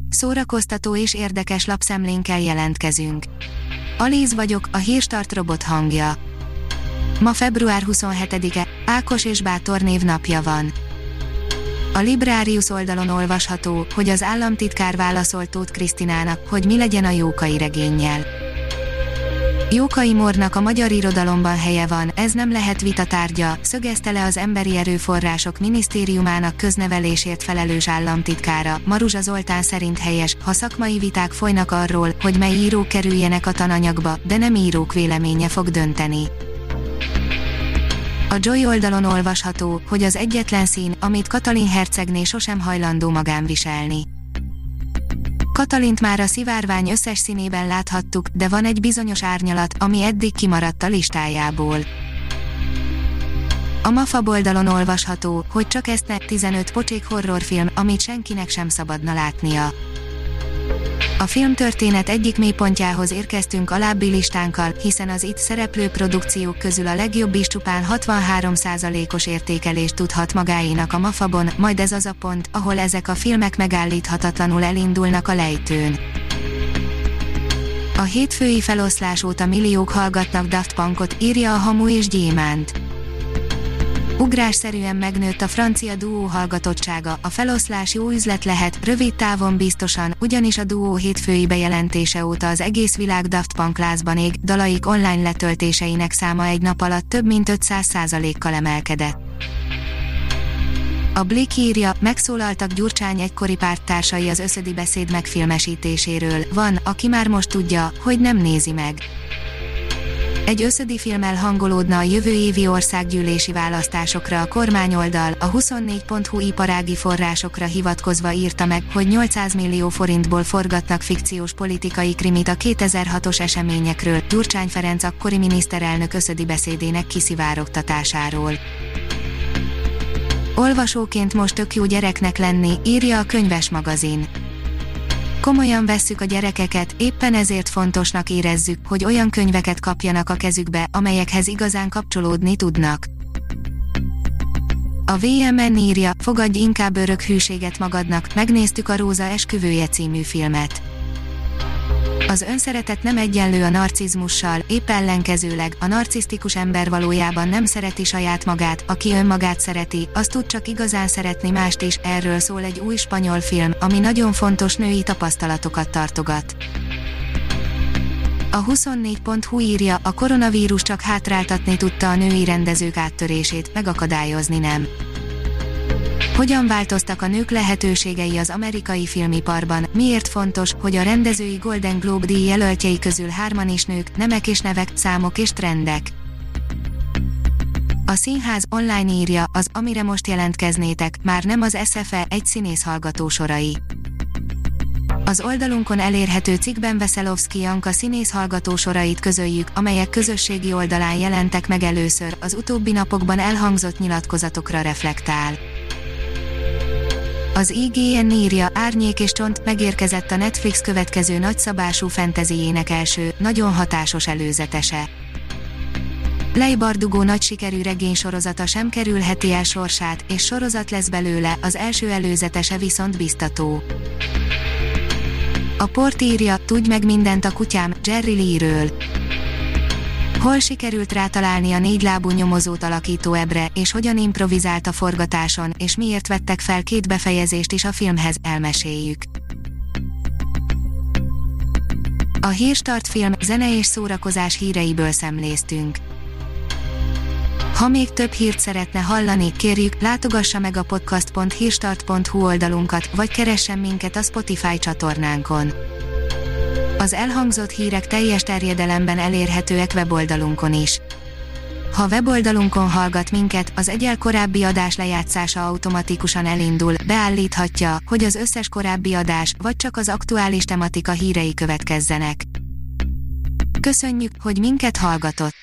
Szórakoztató és érdekes lapszemlénkkel jelentkezünk. Alíz vagyok, a Hírstart robot hangja. Ma február 27-e, Ákos és Bátor névnapja van. A Librarius oldalon olvasható, hogy az államtitkár válaszolt Tóth Krisztinának, hogy mi legyen a Jókai regénnyel. Jókai Mornak a magyar irodalomban helye van, ez nem lehet vita tárgya, szögezte le az Emberi Erőforrások Minisztériumának köznevelésért felelős államtitkára. Maruzsa Zoltán szerint helyes, ha szakmai viták folynak arról, hogy mely írók kerüljenek a tananyagba, de nem írók véleménye fog dönteni. A Joy oldalon olvasható, hogy az egyetlen szín, amit Katalin hercegné sosem hajlandó magán viselni. Katalint már a szivárvány összes színében láthattuk, de van egy bizonyos árnyalat, ami eddig kimaradt a listájából. A MAFA oldalon olvasható, hogy csak ezt ne 15 pocsék horrorfilm, amit senkinek sem szabadna látnia. A filmtörténet egyik mélypontjához érkeztünk alábbi listánkkal, hiszen az itt szereplő produkciók közül a legjobb is csupán 63%-os értékelést tudhat magáénak a MAFA-bon, majd ez az a pont, ahol ezek a filmek megállíthatatlanul elindulnak a lejtőn. A hétfői feloszlás óta milliók hallgatnak Daft Punkot, írja a Hamu és Gyémánt. Ugrásszerűen megnőtt a francia duó hallgatottsága, a feloszlás jó üzlet lehet, rövid távon biztosan, ugyanis a duó hétfői bejelentése óta az egész világ Daft Punk lázban ég, dalaik online letöltéseinek száma egy nap alatt több mint 500%-kal emelkedett. A Blick írja, megszólaltak Gyurcsány egykori párttársai az Összödi beszéd megfilmesítéséről, van, aki már most tudja, hogy nem nézi meg. Egy összödi filmmel hangolódna a jövő évi országgyűlési választásokra a kormányoldal, a 24.hu iparági forrásokra hivatkozva írta meg, hogy 800 millió forintból forgatnak fikciós politikai krimit a 2006-os eseményekről, Gyurcsány Ferenc akkori miniszterelnök összödi beszédének kiszivárogtatásáról. Olvasóként most tök jó gyereknek lenni, írja a Könyves magazin. Komolyan vesszük a gyerekeket, éppen ezért fontosnak érezzük, hogy olyan könyveket kapjanak a kezükbe, amelyekhez igazán kapcsolódni tudnak. A VMN írja, fogadj inkább örök hűséget magadnak, megnéztük a Róza esküvője című filmet. Az önszeretet nem egyenlő a narcizmussal, épp ellenkezőleg, a narcisztikus ember valójában nem szereti saját magát, aki önmagát szereti, az tud csak igazán szeretni mást is, erről szól egy új spanyol film, ami nagyon fontos női tapasztalatokat tartogat. A 24.hu írja, a koronavírus csak hátráltatni tudta a női rendezők áttörését, megakadályozni nem. Hogyan változtak a nők lehetőségei az amerikai filmiparban, miért fontos, hogy a rendezői Golden Globe díj jelöltjei közül 3 is nők, nemek és nevek, számok és trendek. A Színház online írja, az, amire most jelentkeznétek, már nem az SFE, egy színész hallgató sorai. Az oldalunkon elérhető cikkben Veszelovszky Janka színész hallgató sorait közöljük, amelyek közösségi oldalán jelentek meg először, az utóbbi napokban elhangzott nyilatkozatokra reflektál. Az IGN írja, Árnyék és Csont, megérkezett a Netflix következő nagyszabású fantasyjének első, nagyon hatásos előzetese. Leigh Bardugo nagy sikerű regénysorozata sem kerülheti el sorsát, és sorozat lesz belőle, az első előzetese viszont biztató. A Port írja, tudj meg mindent a kutyám, Jerry Lee-ről. Hol sikerült rátalálni a 4 lábú nyomozót alakító Ebre, és hogyan improvizált a forgatáson, és miért vettek fel 2 befejezést is a filmhez, elmeséljük. A Hírstart film, zene és szórakozás híreiből szemléztünk. Ha még több hírt szeretne hallani, kérjük, látogassa meg a podcast.hírstart.hu oldalunkat, vagy keressen minket a Spotify csatornánkon. Az elhangzott hírek teljes terjedelemben elérhetőek weboldalunkon is. Ha weboldalunkon hallgat minket, az egyel korábbi adás lejátszása automatikusan elindul, beállíthatja, hogy az összes korábbi adás, vagy csak az aktuális tematika hírei következzenek. Köszönjük, hogy minket hallgatott!